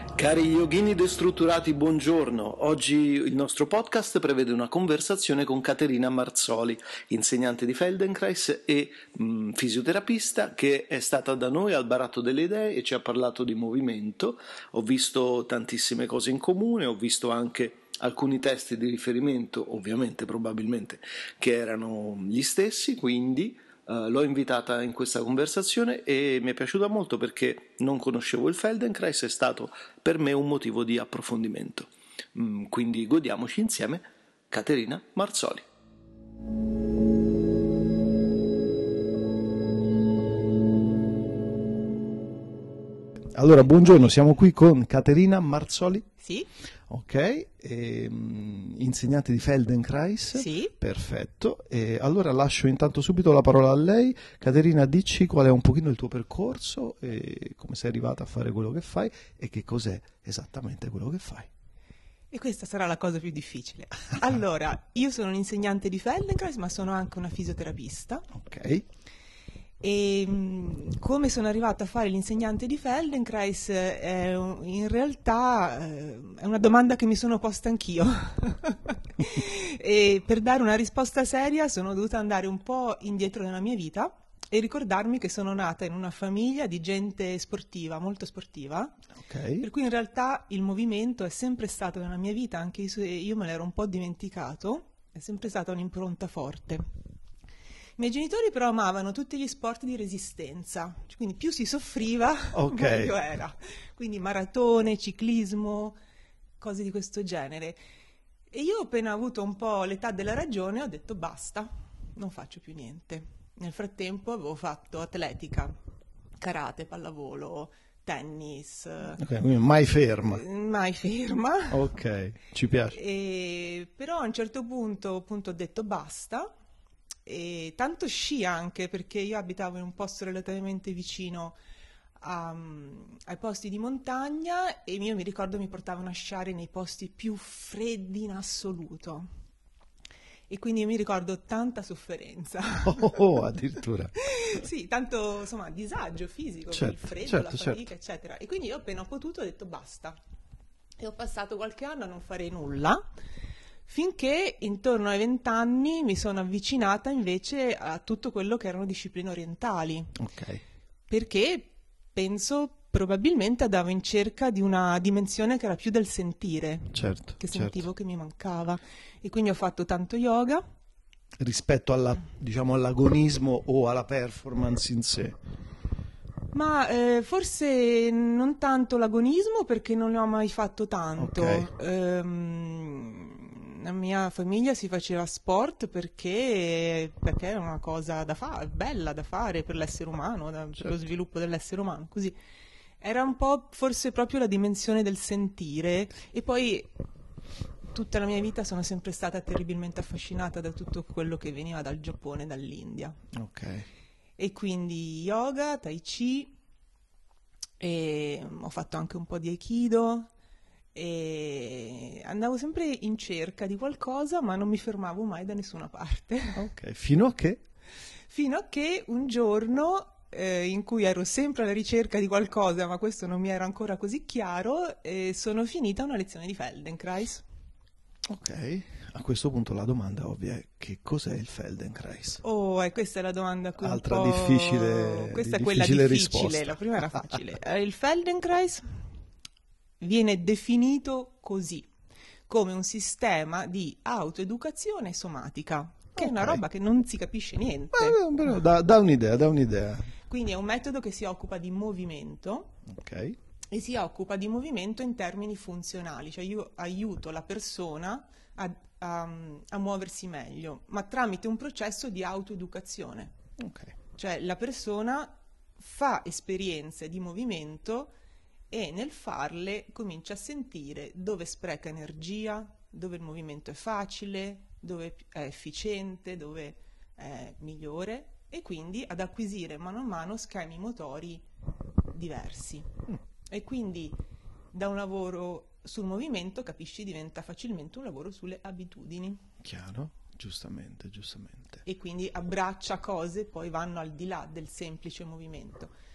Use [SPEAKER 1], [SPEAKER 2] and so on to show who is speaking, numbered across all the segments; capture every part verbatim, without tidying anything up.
[SPEAKER 1] Cari yogini destrutturati, buongiorno. Oggi il nostro podcast prevede una conversazione con Caterina Marzoli, insegnante di Feldenkrais e mh, fisioterapista, che è stata da noi al Baratto delle Idee e ci ha parlato di movimento. Ho visto tantissime cose in comune, ho visto anche alcuni testi di riferimento, ovviamente, probabilmente, che erano gli stessi, quindi Uh, l'ho invitata in questa conversazione e mi è piaciuta molto perché non conoscevo il Feldenkrais, è stato per me un motivo di approfondimento. Mm, quindi godiamoci insieme Caterina Marzoli. Allora, buongiorno, siamo qui con Caterina Marzoli.
[SPEAKER 2] Sì.
[SPEAKER 1] Ok, ehm, insegnante di Feldenkrais.
[SPEAKER 2] Sì.
[SPEAKER 1] Perfetto. E allora lascio intanto subito la parola a lei. Caterina, dici qual è un pochino il tuo percorso e come sei arrivata a fare quello che fai e che cos'è esattamente quello che fai.
[SPEAKER 2] E questa sarà la cosa più difficile. Allora, io sono un insegnante di Feldenkrais, ma sono anche una fisioterapista.
[SPEAKER 1] Ok.
[SPEAKER 2] E mh, come sono arrivata a fare l'insegnante di Feldenkrais è un, in realtà eh, è una domanda che mi sono posta anch'io. E per dare una risposta seria sono dovuta andare un po' indietro nella mia vita e ricordarmi che sono nata in una famiglia di gente sportiva, molto sportiva.
[SPEAKER 1] Okay.
[SPEAKER 2] Per cui in realtà il movimento è sempre stato nella mia vita, anche se io me l'ero un po' dimenticato, è sempre stata un'impronta forte. I miei genitori però amavano tutti gli sport di resistenza, quindi più si soffriva,
[SPEAKER 1] okay.
[SPEAKER 2] meglio era. Quindi maratone, ciclismo, cose di questo genere. E io appena avuto un po' l'età della ragione ho detto basta, non faccio più niente. Nel frattempo avevo fatto atletica, karate, pallavolo, tennis.
[SPEAKER 1] Ok, quindi mai ferma.
[SPEAKER 2] Mai ferma.
[SPEAKER 1] Ok, ci piace.
[SPEAKER 2] E, però a un certo punto appunto ho detto basta. E tanto sci anche, perché io abitavo in un posto relativamente vicino a, ai posti di montagna e io mi ricordo mi portavano a sciare nei posti più freddi in assoluto e quindi io mi ricordo tanta sofferenza.
[SPEAKER 1] Oh, oh addirittura.
[SPEAKER 2] Sì, tanto insomma disagio fisico,
[SPEAKER 1] certo,
[SPEAKER 2] il freddo,
[SPEAKER 1] certo,
[SPEAKER 2] la fatica,
[SPEAKER 1] certo.
[SPEAKER 2] eccetera. E quindi io appena ho potuto ho detto basta e ho passato qualche anno a non fare nulla. Finché intorno ai vent'anni mi sono avvicinata invece a tutto quello che erano discipline orientali.
[SPEAKER 1] Ok.
[SPEAKER 2] Perché penso probabilmente andavo in cerca di una dimensione che era più del sentire.
[SPEAKER 1] Certo.
[SPEAKER 2] Che sentivo
[SPEAKER 1] certo.
[SPEAKER 2] che mi mancava. E quindi ho fatto tanto yoga.
[SPEAKER 1] Rispetto alla, diciamo, all'agonismo o alla performance in sé.
[SPEAKER 2] Ma eh, forse non tanto l'agonismo perché non ne ho mai fatto tanto.
[SPEAKER 1] Okay.
[SPEAKER 2] Ehm, la mia famiglia si faceva sport perché, perché era una cosa da fare, bella da fare per l'essere umano, da,
[SPEAKER 1] certo.
[SPEAKER 2] per lo sviluppo dell'essere umano. Così era un po' forse proprio la dimensione del sentire. E poi tutta la mia vita sono sempre stata terribilmente affascinata da tutto quello che veniva dal Giappone, dall'India.
[SPEAKER 1] Ok.
[SPEAKER 2] E quindi yoga, tai chi, e ho fatto anche un po' di aikido e andavo sempre in cerca di qualcosa ma non mi fermavo mai da nessuna parte.
[SPEAKER 1] Ok, fino a che?
[SPEAKER 2] Fino a che un giorno eh, in cui ero sempre alla ricerca di qualcosa ma questo non mi era ancora così chiaro e sono finita una lezione di Feldenkrais.
[SPEAKER 1] Ok, a questo punto la domanda ovvia è: che cos'è il Feldenkrais?
[SPEAKER 2] Oh, e questa è la domanda qui
[SPEAKER 1] Altra
[SPEAKER 2] un po'...
[SPEAKER 1] difficile,
[SPEAKER 2] questa
[SPEAKER 1] di
[SPEAKER 2] è quella
[SPEAKER 1] difficile
[SPEAKER 2] difficile,
[SPEAKER 1] risposta.
[SPEAKER 2] la prima era facile. Eh, il Feldenkrais viene definito così, come un sistema di autoeducazione somatica, che
[SPEAKER 1] Ok.
[SPEAKER 2] è una roba che non si capisce niente.
[SPEAKER 1] Eh, però, da, da un'idea, da un'idea.
[SPEAKER 2] Quindi è un metodo che si occupa di movimento
[SPEAKER 1] Ok.
[SPEAKER 2] e si occupa di movimento in termini funzionali, cioè io aiuto la persona a, a, a muoversi meglio, ma tramite un processo di autoeducazione.
[SPEAKER 1] Ok.
[SPEAKER 2] Cioè la persona fa esperienze di movimento e nel farle comincia a sentire dove spreca energia, dove il movimento è facile, dove è efficiente, dove è migliore e quindi ad acquisire mano a mano schemi motori diversi.
[SPEAKER 1] Mm.
[SPEAKER 2] E quindi da un lavoro sul movimento, capisci, diventa facilmente un lavoro sulle abitudini.
[SPEAKER 1] Chiaro, giustamente, giustamente.
[SPEAKER 2] E quindi abbraccia cose, poi vanno al di là del semplice movimento.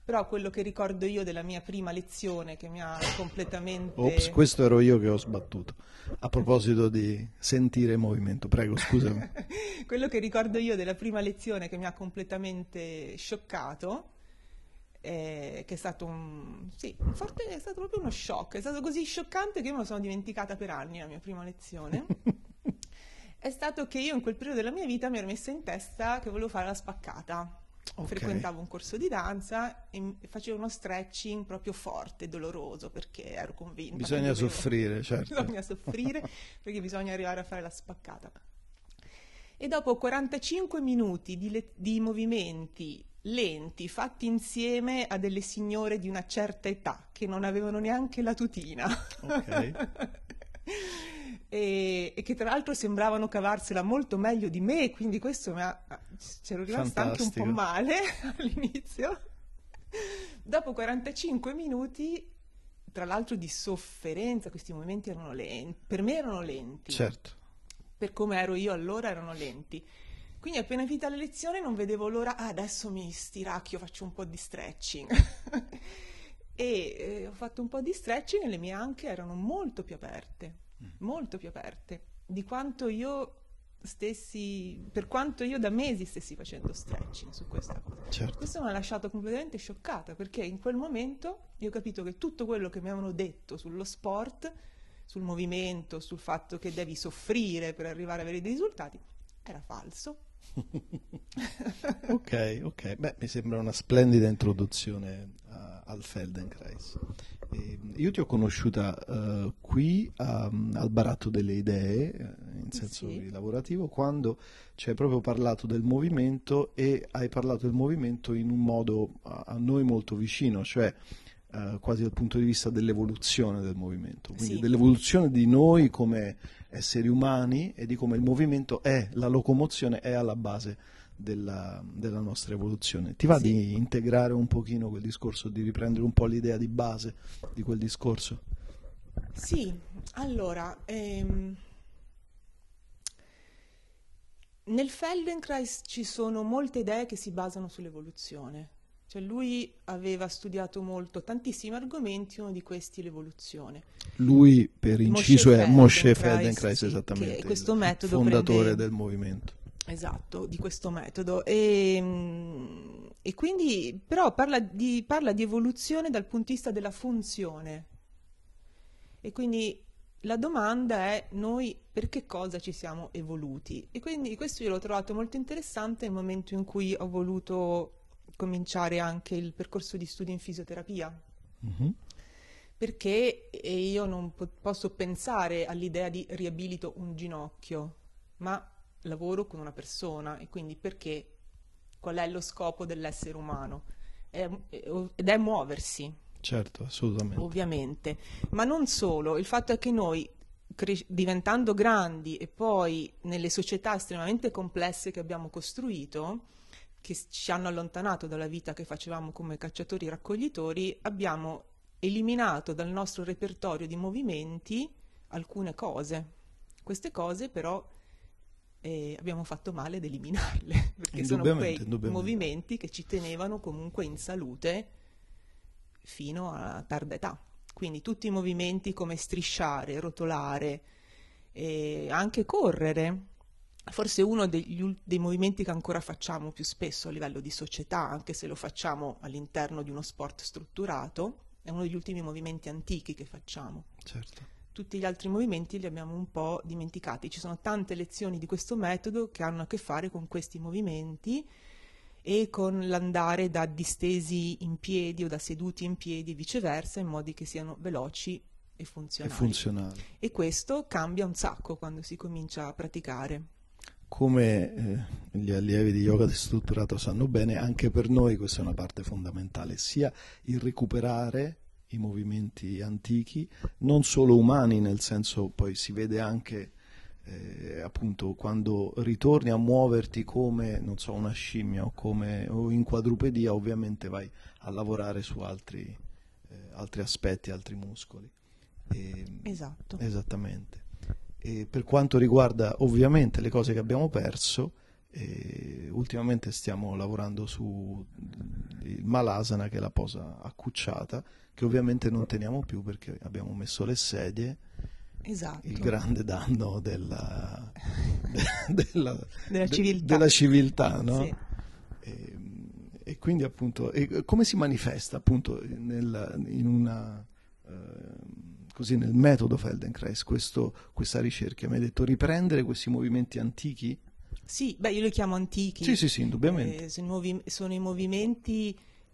[SPEAKER 2] però quello che ricordo io della mia prima lezione che mi ha completamente...
[SPEAKER 1] Ops, questo ero io che ho sbattuto. A proposito di sentire movimento, prego, scusami.
[SPEAKER 2] Quello che ricordo io della prima lezione che mi ha completamente scioccato, eh, che è stato un, sì, un forte, è stato proprio uno shock, è stato così scioccante che io me lo sono dimenticata per anni la mia prima lezione, è stato che io in quel periodo della mia vita mi ero messa in testa che volevo fare la spaccata. Okay. Frequentavo un corso di danza e facevo uno stretching proprio forte, doloroso, perché ero convinta
[SPEAKER 1] bisogna
[SPEAKER 2] che dovevo...
[SPEAKER 1] soffrire, certo.
[SPEAKER 2] Bisogna soffrire perché bisogna arrivare a fare la spaccata. E dopo quarantacinque minuti di, le... di movimenti lenti fatti insieme a delle signore di una certa età che non avevano neanche la tutina,
[SPEAKER 1] okay.
[SPEAKER 2] E, e che tra l'altro sembravano cavarsela molto meglio di me, quindi questo mi ha, c'ero rimasta anche un po' male all'inizio. Dopo quarantacinque minuti, tra l'altro di sofferenza, questi movimenti erano lenti, per me erano lenti,
[SPEAKER 1] certo, per
[SPEAKER 2] come ero io allora erano lenti, quindi appena finita la lezione non vedevo l'ora, ah, adesso mi stiracchio, faccio un po' di stretching. E eh, ho fatto un po' di stretching e le mie anche erano molto più aperte, molto più aperte di quanto io stessi, per quanto io da mesi stessi facendo stretching su questa cosa.
[SPEAKER 1] Certo.
[SPEAKER 2] Questo mi ha lasciato completamente scioccata, perché in quel momento io ho capito che tutto quello che mi avevano detto sullo sport, sul movimento, sul fatto che devi soffrire per arrivare ad avere dei risultati, era falso.
[SPEAKER 1] ok, ok, beh, mi sembra una splendida introduzione a, al Feldenkrais. E io ti ho conosciuta uh, qui um, al Baratto delle Idee, in senso sì. lavorativo, quando ci hai proprio parlato del movimento, e hai parlato del movimento in un modo a, a noi molto vicino, cioè uh, quasi dal punto di vista dell'evoluzione del movimento, quindi sì. dell'evoluzione di noi come esseri umani e di come il movimento è, la locomozione è alla base della, della nostra evoluzione. Ti va sì. di integrare un pochino quel discorso, di riprendere un po' l'idea di base di quel discorso?
[SPEAKER 2] Sì, allora, ehm, nel Feldenkrais ci sono molte idee che si basano sull'evoluzione. Cioè lui aveva studiato molto, tantissimi argomenti, uno di questi l'evoluzione.
[SPEAKER 1] Lui, per inciso,
[SPEAKER 2] Moshe
[SPEAKER 1] è Moshe
[SPEAKER 2] Feldenkrais,
[SPEAKER 1] Feldenkrais,
[SPEAKER 2] sì,
[SPEAKER 1] esattamente,
[SPEAKER 2] questo
[SPEAKER 1] il
[SPEAKER 2] metodo
[SPEAKER 1] fondatore
[SPEAKER 2] prende...
[SPEAKER 1] del movimento.
[SPEAKER 2] Esatto, di questo metodo. E, e quindi, però, parla di, parla di evoluzione dal punto di vista della funzione. E quindi la domanda è: noi per che cosa ci siamo evoluti? E quindi questo io l'ho trovato molto interessante nel momento in cui ho voluto cominciare anche il percorso di studio in fisioterapia, mm-hmm. perché io non po- posso pensare all'idea di riabilito un ginocchio, ma lavoro con una persona, e quindi perché, qual è lo scopo dell'essere umano? È, ed è muoversi.
[SPEAKER 1] Certo, assolutamente.
[SPEAKER 2] Ovviamente, ma non solo, il fatto è che noi, cre- diventando grandi e poi nelle società estremamente complesse che abbiamo costruito, che ci hanno allontanato dalla vita che facevamo come cacciatori e raccoglitori, abbiamo eliminato dal nostro repertorio di movimenti alcune cose. Queste cose però eh, abbiamo fatto male ad eliminarle, perché sono quei movimenti che ci tenevano comunque in salute fino a tarda età. Quindi tutti i movimenti come strisciare, rotolare, e anche correre, forse uno degli, dei movimenti che ancora facciamo più spesso a livello di società, anche se lo facciamo all'interno di uno sport strutturato, è uno degli ultimi movimenti antichi che facciamo.
[SPEAKER 1] Certo.
[SPEAKER 2] Tutti gli altri movimenti li abbiamo un po' dimenticati. Ci sono tante lezioni di questo metodo che hanno a che fare con questi movimenti e con l'andare da distesi in piedi o da seduti in piedi e viceversa, in modi che siano veloci e funzionali.
[SPEAKER 1] E funzionali.
[SPEAKER 2] E questo cambia un sacco quando si comincia a praticare.
[SPEAKER 1] Come eh, gli allievi di yoga strutturato sanno bene, anche per noi questa è una parte fondamentale, sia il recuperare i movimenti antichi, non solo umani, nel senso poi si vede anche eh, appunto quando ritorni a muoverti come, non so, una scimmia o, come, o in quadrupedia, ovviamente vai a lavorare su altri, eh, altri aspetti, altri muscoli. E,
[SPEAKER 2] esatto.
[SPEAKER 1] Esattamente. E per quanto riguarda ovviamente le cose che abbiamo perso, E ultimamente stiamo lavorando su il Malasana, che è la posa accucciata, che ovviamente non teniamo più perché abbiamo messo le sedie,
[SPEAKER 2] Esatto.
[SPEAKER 1] il grande danno della, de, della,
[SPEAKER 2] della
[SPEAKER 1] de,
[SPEAKER 2] civiltà,
[SPEAKER 1] della civiltà, no?
[SPEAKER 2] Sì.
[SPEAKER 1] E, e quindi appunto, e come si manifesta appunto nel, in una, eh, così nel metodo Feldenkrais questo, questa ricerca? Mi hai detto riprendere questi movimenti antichi?
[SPEAKER 2] Sì, beh, io li chiamo antichi.
[SPEAKER 1] Sì, sì, sì, indubbiamente.
[SPEAKER 2] Eh, sono, i movi- sono i movimenti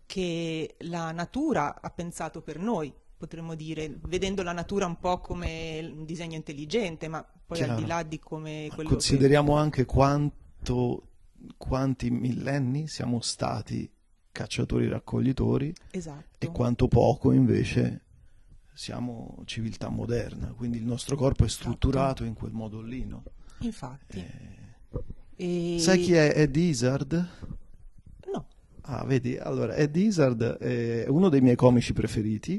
[SPEAKER 2] che la natura ha pensato per noi, potremmo dire, vedendo la natura un po' come un disegno intelligente, ma poi al di
[SPEAKER 1] Chiaro.
[SPEAKER 2] là di come quello
[SPEAKER 1] Consideriamo
[SPEAKER 2] che...
[SPEAKER 1] anche quanto, quanti millenni siamo stati cacciatori-raccoglitori
[SPEAKER 2] Esatto.
[SPEAKER 1] e quanto poco invece siamo civiltà moderna, quindi il nostro corpo è strutturato
[SPEAKER 2] Esatto.
[SPEAKER 1] in quel modo lì, no?
[SPEAKER 2] Infatti.
[SPEAKER 1] Eh,
[SPEAKER 2] E...
[SPEAKER 1] Sai chi è Ed Izzard?
[SPEAKER 2] No.
[SPEAKER 1] Ah, vedi, allora Ed Izzard è uno dei miei comici preferiti,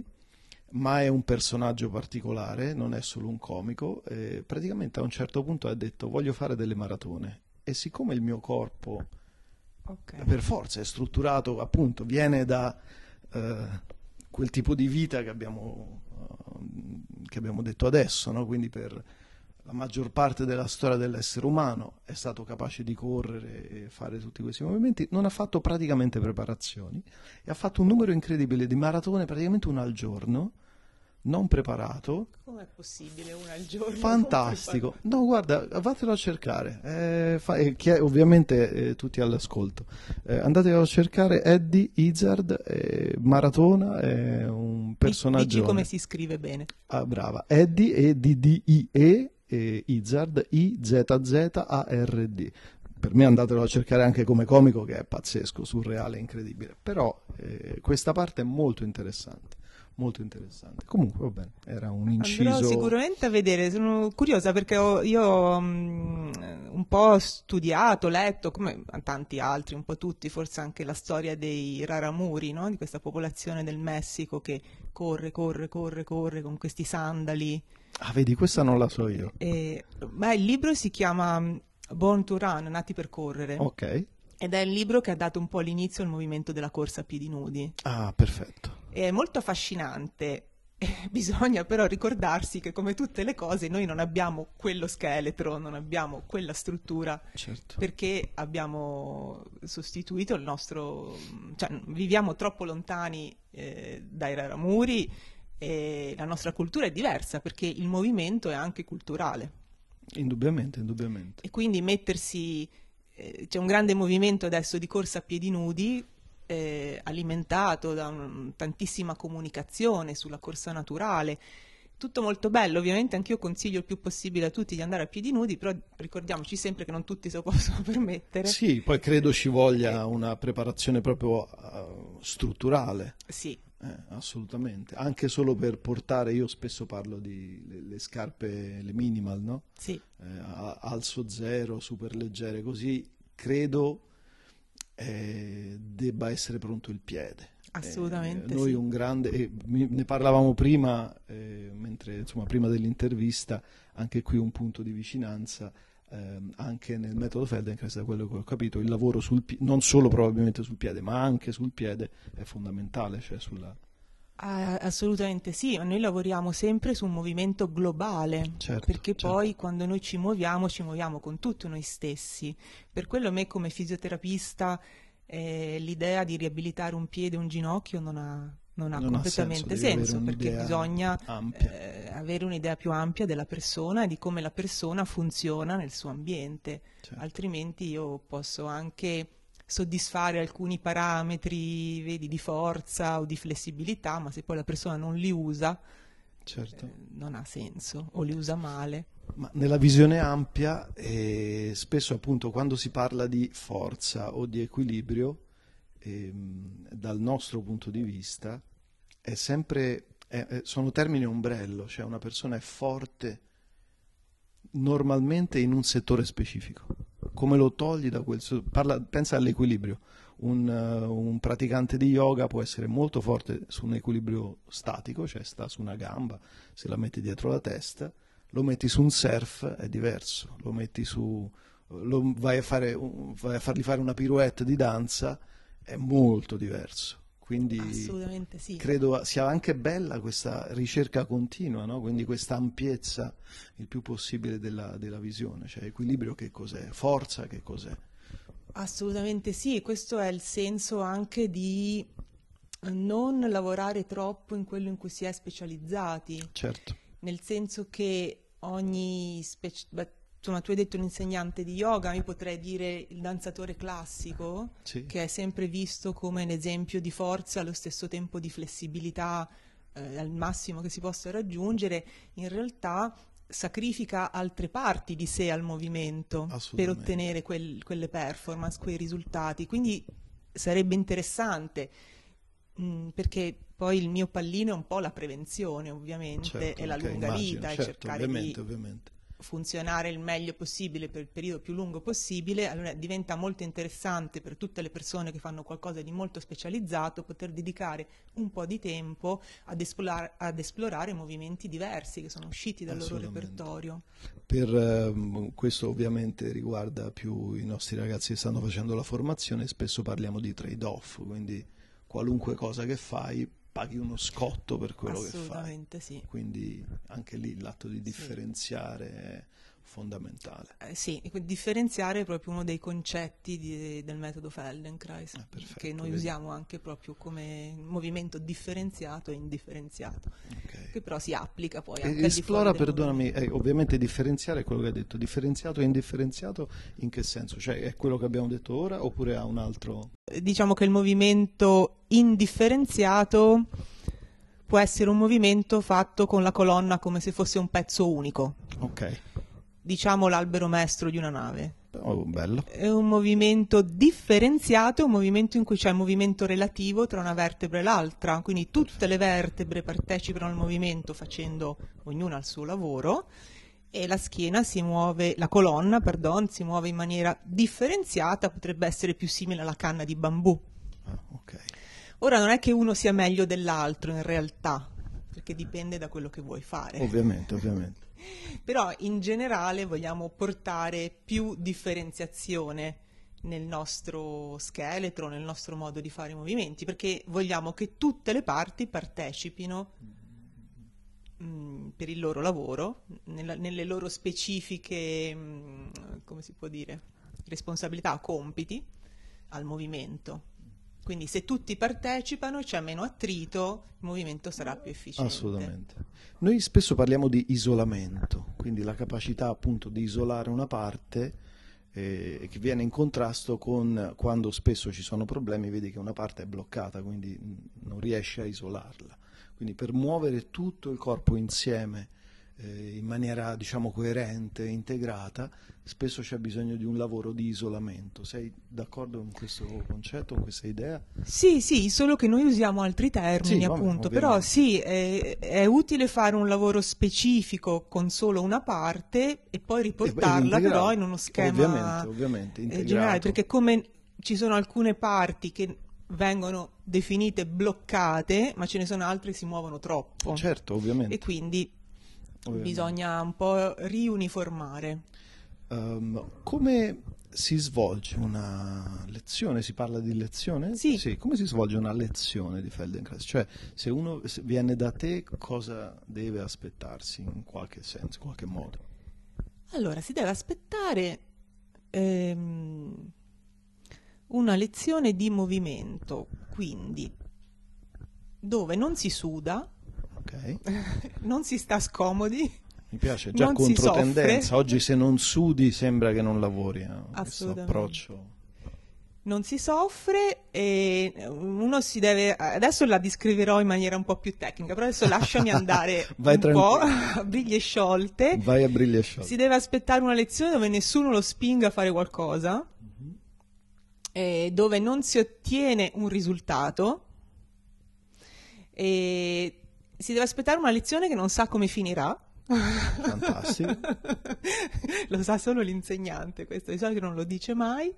[SPEAKER 1] ma è un personaggio particolare, non è solo un comico. E praticamente a un certo punto ha detto voglio fare delle maratone, e siccome il mio corpo
[SPEAKER 2] Okay.
[SPEAKER 1] per forza è strutturato, appunto, viene da eh, quel tipo di vita che abbiamo, uh, che abbiamo detto adesso, no? Quindi per la maggior parte della storia dell'essere umano è stato capace di correre e fare tutti questi movimenti, non ha fatto praticamente preparazioni e ha fatto un numero incredibile di maratone, praticamente una al giorno, non preparato.
[SPEAKER 2] Com'è possibile una al giorno?
[SPEAKER 1] Fantastico. No, guarda, vatelo a cercare. Eh, fa- eh, chi è- ovviamente eh, tutti all'ascolto. Eh, andatelo a cercare Eddie Izzard, eh, maratona, è un personaggio.
[SPEAKER 2] Dici come si scrive bene.
[SPEAKER 1] Ah, brava. Eddie, E D D I E, e Izzard, I Z Z A R D. Per me andatelo a cercare anche come comico, che è pazzesco, surreale, incredibile. Però eh, questa parte è molto interessante. Molto interessante. Comunque, va bene, era un inciso.
[SPEAKER 2] Andrò sicuramente a vedere, sono curiosa perché ho, io ho um, un po' studiato, letto, come tanti altri, un po' tutti, forse anche la storia dei raramuri, no? Di questa popolazione del Messico che corre, corre, corre, corre con questi sandali.
[SPEAKER 1] Ah, vedi, questa non la so io.
[SPEAKER 2] E, beh, il libro si chiama Born to Run, Nati per correre.
[SPEAKER 1] Ok.
[SPEAKER 2] Ed è il libro che ha dato un po' l'inizio al movimento della corsa a piedi nudi.
[SPEAKER 1] Ah, perfetto.
[SPEAKER 2] È molto affascinante. Eh, Bisogna però ricordarsi che come tutte le cose noi non abbiamo quello scheletro, non abbiamo quella struttura,
[SPEAKER 1] Certo.
[SPEAKER 2] perché abbiamo sostituito il nostro, cioè viviamo troppo lontani eh, dai raramuri e la nostra cultura è diversa perché il movimento è anche culturale
[SPEAKER 1] Indubbiamente, indubbiamente.
[SPEAKER 2] e quindi mettersi, eh, c'è un grande movimento adesso di corsa a piedi nudi eh, alimentato da un, tantissima comunicazione sulla corsa naturale, tutto molto bello. Ovviamente anch'io consiglio il più possibile a tutti di andare a piedi nudi, però ricordiamoci sempre che non tutti se lo possono permettere.
[SPEAKER 1] Sì, poi credo ci voglia una preparazione proprio uh, strutturale.
[SPEAKER 2] Sì.
[SPEAKER 1] Eh, assolutamente, anche solo per portare, io spesso parlo di le, le scarpe, le minimal, no?
[SPEAKER 2] Sì.
[SPEAKER 1] Eh, a- alzo zero, super leggere, così credo eh, debba essere pronto il piede.
[SPEAKER 2] Assolutamente
[SPEAKER 1] Eh, noi
[SPEAKER 2] sì.
[SPEAKER 1] un grande, e mi- ne parlavamo prima, eh, mentre insomma prima dell'intervista, anche qui un punto di vicinanza. Ehm, anche nel metodo Feldenkrais, da quello che ho capito, il lavoro sul piede, non solo probabilmente sul piede, ma anche sul piede è fondamentale, cioè sulla...
[SPEAKER 2] Ah, assolutamente sì, noi lavoriamo sempre su un movimento globale,
[SPEAKER 1] Certo,
[SPEAKER 2] perché
[SPEAKER 1] certo.
[SPEAKER 2] poi quando noi ci muoviamo, ci muoviamo con tutti noi stessi. Per quello a me come fisioterapista eh, l'idea di riabilitare un piede o un ginocchio non ha, non ha
[SPEAKER 1] Non ha
[SPEAKER 2] completamente
[SPEAKER 1] senso, devi avere
[SPEAKER 2] senso, perché
[SPEAKER 1] un'idea
[SPEAKER 2] bisogna
[SPEAKER 1] ampia.
[SPEAKER 2] eh, avere un'idea più ampia della persona e di come la persona funziona nel suo ambiente,
[SPEAKER 1] Certo.
[SPEAKER 2] altrimenti io posso anche soddisfare alcuni parametri, vedi, di forza o di flessibilità, ma se poi la persona non li usa,
[SPEAKER 1] Certo.
[SPEAKER 2] eh, non ha senso, o li usa male.
[SPEAKER 1] Ma nella visione ampia, eh, spesso appunto quando si parla di forza o di equilibrio, ehm, dal nostro punto di vista, è sempre, è- è- sono termini ombrello, cioè una persona è forte normalmente in un settore specifico. Come lo togli da quel... so- Parla, pensa all'equilibrio. Un, eh, un praticante di yoga può essere molto forte su un equilibrio statico, cioè sta su una gamba, se la metti dietro la testa, lo metti su un surf è diverso, lo metti su lo vai a fare, vai a fargli fare una pirouette di danza, è molto diverso. Quindi
[SPEAKER 2] Assolutamente sì.
[SPEAKER 1] credo sia anche bella questa ricerca continua, no? Quindi questa ampiezza il più possibile della, della visione, cioè equilibrio che cos'è, forza che cos'è.
[SPEAKER 2] Assolutamente sì, questo è il senso anche di non lavorare troppo in quello in cui si è specializzati,
[SPEAKER 1] Certo.
[SPEAKER 2] nel senso che ogni spec- beh, tu, tu hai detto un insegnante di yoga, io potrei dire il danzatore classico,
[SPEAKER 1] Sì.
[SPEAKER 2] che è sempre visto come un esempio di forza, allo stesso tempo di flessibilità eh, al massimo che si possa raggiungere, in realtà sacrifica altre parti di sé al movimento per
[SPEAKER 1] Assolutamente.
[SPEAKER 2] ottenere quel- quelle performance, quei risultati. Quindi sarebbe interessante, mh, perché poi il mio pallino è un po' la prevenzione, ovviamente,
[SPEAKER 1] Certo,
[SPEAKER 2] e la
[SPEAKER 1] ok,
[SPEAKER 2] lunga
[SPEAKER 1] immagino,
[SPEAKER 2] vita, e
[SPEAKER 1] certo,
[SPEAKER 2] cercare
[SPEAKER 1] ovviamente,
[SPEAKER 2] di
[SPEAKER 1] ovviamente.
[SPEAKER 2] funzionare il meglio possibile per il periodo più lungo possibile. Allora diventa molto interessante per tutte le persone che fanno qualcosa di molto specializzato poter dedicare un po' di tempo ad esplorare, ad esplorare movimenti diversi che sono usciti dal loro
[SPEAKER 1] Assolutamente.
[SPEAKER 2] repertorio.
[SPEAKER 1] Per ehm, questo ovviamente riguarda più i nostri ragazzi che stanno facendo la formazione, spesso parliamo di trade-off, quindi qualunque cosa che fai paghi uno scotto per quello che fai.
[SPEAKER 2] Assolutamente sì.
[SPEAKER 1] Quindi anche lì l'atto di
[SPEAKER 2] Sì.
[SPEAKER 1] differenziare è fondamentale.
[SPEAKER 2] Eh, sì, e quindi differenziare è proprio uno dei concetti di- del metodo Feldenkrais,
[SPEAKER 1] Ah, perfetto,
[SPEAKER 2] che noi
[SPEAKER 1] vedi.
[SPEAKER 2] usiamo anche proprio come movimento differenziato e indifferenziato,
[SPEAKER 1] Ok.
[SPEAKER 2] che però si applica poi
[SPEAKER 1] E
[SPEAKER 2] anche al di fuori
[SPEAKER 1] esplora,
[SPEAKER 2] del
[SPEAKER 1] perdonami,
[SPEAKER 2] movimento.
[SPEAKER 1] eh, ovviamente differenziare è quello che hai detto, differenziato e indifferenziato in che senso? Cioè è quello che abbiamo detto ora oppure ha un altro...
[SPEAKER 2] Eh, Diciamo che il movimento indifferenziato può essere un movimento fatto con la colonna come se fosse un pezzo unico,
[SPEAKER 1] Ok,
[SPEAKER 2] diciamo l'albero maestro di una nave.
[SPEAKER 1] oh, bello.
[SPEAKER 2] È un movimento differenziato, un movimento in cui c'è il movimento relativo tra una vertebra e l'altra, quindi tutte le vertebre partecipano al movimento facendo ognuna il suo lavoro e la schiena si muove, la colonna, pardon, si muove in maniera differenziata, potrebbe essere più simile alla canna di bambù.
[SPEAKER 1] Ah, ok.
[SPEAKER 2] Ora non è che uno sia meglio dell'altro in realtà, perché dipende da quello che vuoi fare.
[SPEAKER 1] Ovviamente, ovviamente.
[SPEAKER 2] Però in generale vogliamo portare più differenziazione nel nostro scheletro, nel nostro modo di fare i movimenti, perché vogliamo che tutte le parti partecipino mh, per il loro lavoro, nella- nelle loro specifiche, mh, come si può dire, responsabilità o compiti al movimento. Quindi se tutti partecipano, c'è meno attrito, il movimento sarà più efficiente.
[SPEAKER 1] Assolutamente. Noi spesso parliamo di isolamento, quindi la capacità appunto di isolare una parte eh, che viene in contrasto con quando spesso ci sono problemi, vedi che una parte è bloccata, quindi mh, non riesci a isolarla. Quindi per muovere tutto il corpo insieme eh, in maniera diciamo coerente, integrata, spesso c'è bisogno di un lavoro di isolamento. Sei d'accordo con questo concetto, con questa idea?
[SPEAKER 2] Sì, sì, solo che noi usiamo altri termini,
[SPEAKER 1] Sì, vabbè,
[SPEAKER 2] appunto,
[SPEAKER 1] ovviamente.
[SPEAKER 2] però sì, è, è utile fare un lavoro specifico con solo una parte e poi
[SPEAKER 1] E- e
[SPEAKER 2] riportarla
[SPEAKER 1] integrato.
[SPEAKER 2] però in uno schema
[SPEAKER 1] Ovviamente, ovviamente,
[SPEAKER 2] eh,
[SPEAKER 1] integrato.
[SPEAKER 2] generale, perché come ci sono alcune parti che vengono definite bloccate, ma ce ne sono altre che si muovono troppo
[SPEAKER 1] Certo, ovviamente.
[SPEAKER 2] e quindi
[SPEAKER 1] ovviamente.
[SPEAKER 2] bisogna un po' riuniformare.
[SPEAKER 1] Ehm, come si svolge una lezione? Si parla di lezione?
[SPEAKER 2] Sì.
[SPEAKER 1] Come si svolge una lezione di Feldenkrais? Cioè, se uno se viene da te, cosa deve aspettarsi in qualche senso, in qualche modo?
[SPEAKER 2] Allora, si deve aspettare ehm, una lezione di movimento, quindi dove non si suda,
[SPEAKER 1] Ok?
[SPEAKER 2] non si sta scomodi,
[SPEAKER 1] Mi piace, già
[SPEAKER 2] non si
[SPEAKER 1] controtendenza.
[SPEAKER 2] soffre.
[SPEAKER 1] Oggi se non sudi sembra che non lavori. eh, Questo
[SPEAKER 2] Assolutamente.
[SPEAKER 1] approccio.
[SPEAKER 2] non si soffre e uno si deve... Adesso la descriverò in maniera un po' più tecnica, però adesso lasciami andare
[SPEAKER 1] Vai
[SPEAKER 2] un
[SPEAKER 1] tranquillo.
[SPEAKER 2] po' a briglie sciolte.
[SPEAKER 1] Vai a briglie sciolte.
[SPEAKER 2] Si deve aspettare una lezione dove nessuno lo spinga a fare qualcosa, eh, dove non si ottiene un risultato, e si deve aspettare una lezione che non sa come finirà.
[SPEAKER 1] Fantastico.
[SPEAKER 2] Lo sa solo l'insegnante, questo di solito non lo dice mai.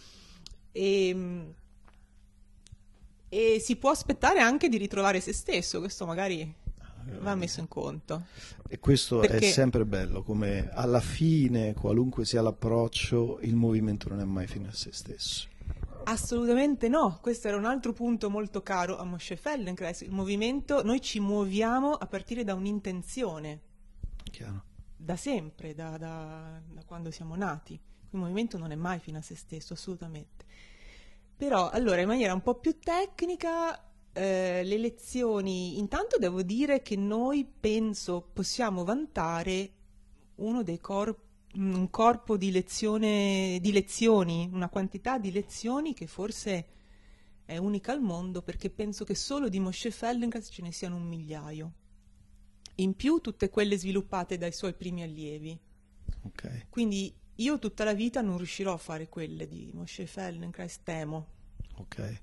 [SPEAKER 2] E, e si può aspettare anche di ritrovare se stesso, questo magari va messo in conto.
[SPEAKER 1] E questo
[SPEAKER 2] Perché...
[SPEAKER 1] è sempre bello, come alla fine, qualunque sia l'approccio, il movimento non è mai fine a se stesso.
[SPEAKER 2] Assolutamente no, questo era un altro punto molto caro a Moshe Feldenkrais. Il movimento, noi ci muoviamo a partire da un'intenzione.
[SPEAKER 1] Chiaro.
[SPEAKER 2] Da sempre, da, da, da quando siamo nati. Il movimento non è mai fine a se stesso, assolutamente. Però, allora, in maniera un po' più tecnica, eh, le lezioni, intanto devo dire che noi, penso, possiamo vantare uno dei corpi, un corpo di, lezione, di lezioni, una quantità di lezioni che forse è unica al mondo, perché penso che solo di Moshe Feldenkrais ce ne siano un migliaio. In più tutte quelle sviluppate dai suoi primi allievi.
[SPEAKER 1] Okay.
[SPEAKER 2] Quindi io tutta la vita non riuscirò a fare quelle di Moshe Feldenkrais, temo.
[SPEAKER 1] Ok.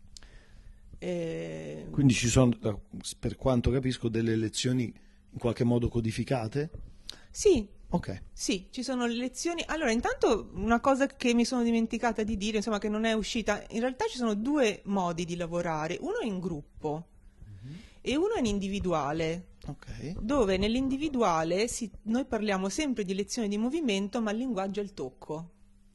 [SPEAKER 2] E...
[SPEAKER 1] Quindi ci sono, per quanto capisco, delle lezioni in qualche modo codificate?
[SPEAKER 2] Sì.
[SPEAKER 1] Ok.
[SPEAKER 2] Sì, ci sono le lezioni. Allora, intanto una cosa che mi sono dimenticata di dire, insomma, che non è uscita, in realtà ci sono due modi di lavorare. Uno è in gruppo mm-hmm. e uno è in individuale.
[SPEAKER 1] Okay.
[SPEAKER 2] Dove nell'individuale si, noi parliamo sempre di lezioni di movimento, ma il linguaggio è il tocco.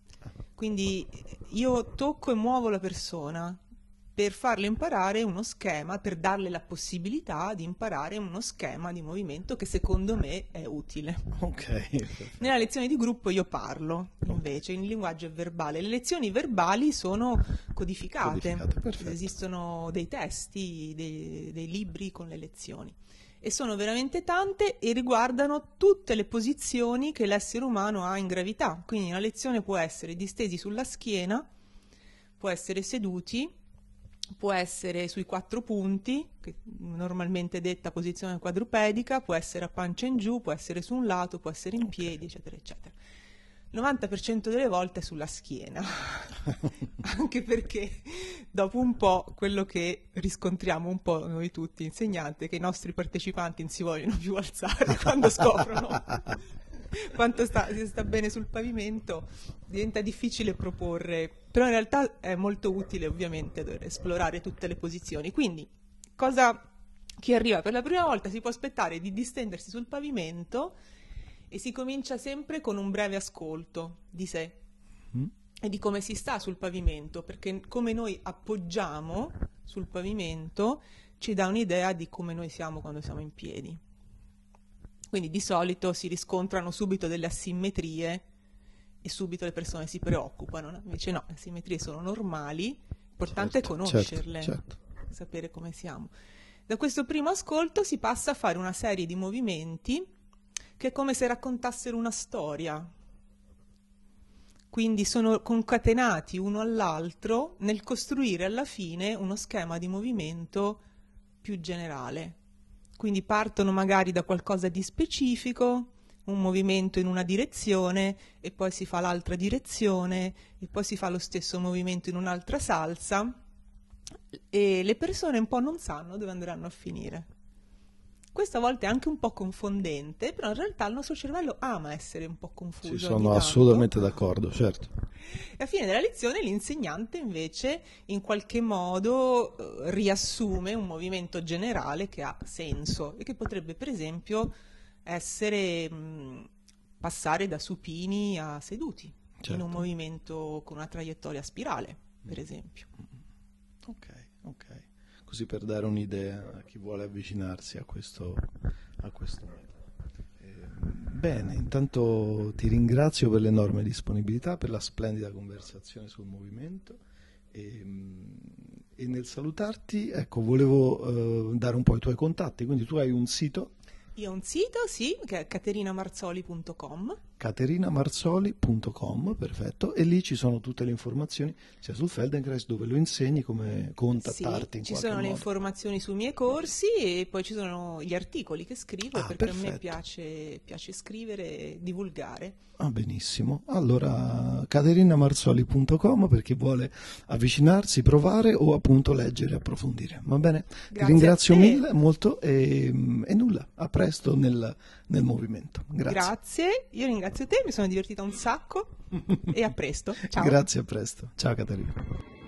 [SPEAKER 2] Quindi io tocco e muovo la persona per farle imparare uno schema, per darle la possibilità di imparare uno schema di movimento che secondo me è utile.
[SPEAKER 1] Okay.
[SPEAKER 2] Nella lezione di gruppo io parlo, invece, il linguaggio è verbale. Le lezioni verbali sono codificate,
[SPEAKER 1] codificate
[SPEAKER 2] esistono dei testi, dei, dei libri con le lezioni. E sono veramente tante e riguardano tutte le posizioni che l'essere umano ha in gravità. Quindi una lezione può essere distesi sulla schiena, può essere seduti, può essere sui quattro punti, che normalmente detta posizione quadrupedica, può essere a pancia in giù, può essere su un lato, può essere in piedi, eccetera, eccetera. Il novanta per cento delle volte è sulla schiena, anche perché dopo un po' quello che riscontriamo un po' noi tutti insegnanti è che i nostri partecipanti non si vogliono più alzare quando scoprono quanto sta, si sta bene sul pavimento, diventa difficile proporre, però in realtà è molto utile ovviamente dover esplorare tutte le posizioni. Quindi cosa, chi arriva per la prima volta si può aspettare di distendersi sul pavimento e si comincia sempre con un breve ascolto di sé mm. e di come si sta sul pavimento, perché come noi appoggiamo sul pavimento ci dà un'idea di come noi siamo quando siamo in piedi. Quindi di solito si riscontrano subito delle asimmetrie e subito le persone si preoccupano, no? Invece no, le asimmetrie sono normali, l'importante
[SPEAKER 1] certo,
[SPEAKER 2] è conoscerle,
[SPEAKER 1] certo, certo.
[SPEAKER 2] sapere come siamo. Da questo primo ascolto si passa a fare una serie di movimenti che è come se raccontassero una storia. Quindi sono concatenati uno all'altro nel costruire alla fine uno schema di movimento più generale. Quindi partono magari da qualcosa di specifico, un movimento in una direzione e poi si fa l'altra direzione e poi si fa lo stesso movimento in un'altra salsa e le persone un po' non sanno dove andranno a finire. Questa a volte è anche un po' confondente, però in realtà il nostro cervello ama essere un po' confuso.
[SPEAKER 1] Sì, sono assolutamente d'accordo, certo.
[SPEAKER 2] E alla fine della lezione l'insegnante invece in qualche modo eh, riassume un movimento generale che ha senso e che potrebbe per esempio essere mh, passare da supini a seduti, certo. in un movimento con una traiettoria a spirale, per esempio.
[SPEAKER 1] Ok, ok. Così per dare un'idea a chi vuole avvicinarsi a questo, a questo metodo. Eh, bene, intanto ti ringrazio per l'enorme disponibilità, per la splendida conversazione sul movimento e, e nel salutarti, ecco, volevo eh, dare un po' i tuoi contatti, quindi tu hai un sito?
[SPEAKER 2] Io ho un sito, sì, che è caterina marzoli punto com.
[SPEAKER 1] caterina marzoli punto com, perfetto, e lì ci sono tutte le informazioni sia sul Feldenkrais, dove lo insegni, come contattarti,
[SPEAKER 2] sì,
[SPEAKER 1] in
[SPEAKER 2] ci
[SPEAKER 1] qualche
[SPEAKER 2] sono
[SPEAKER 1] modo.
[SPEAKER 2] Le informazioni sui miei corsi e poi ci sono gli articoli che scrivo,
[SPEAKER 1] ah,
[SPEAKER 2] perché
[SPEAKER 1] perfetto.
[SPEAKER 2] a me piace, piace scrivere e divulgare.
[SPEAKER 1] Ah, benissimo. Allora, caterina marzoli punto com per chi vuole avvicinarsi, provare o appunto leggere e approfondire. Va bene?
[SPEAKER 2] Grazie.
[SPEAKER 1] Ti ringrazio mille, molto e, e nulla, a presto nel, nel movimento. Grazie.
[SPEAKER 2] Grazie, io ringrazio te, mi sono divertita un sacco e a presto. Ciao.
[SPEAKER 1] Grazie, a presto. Ciao Caterina.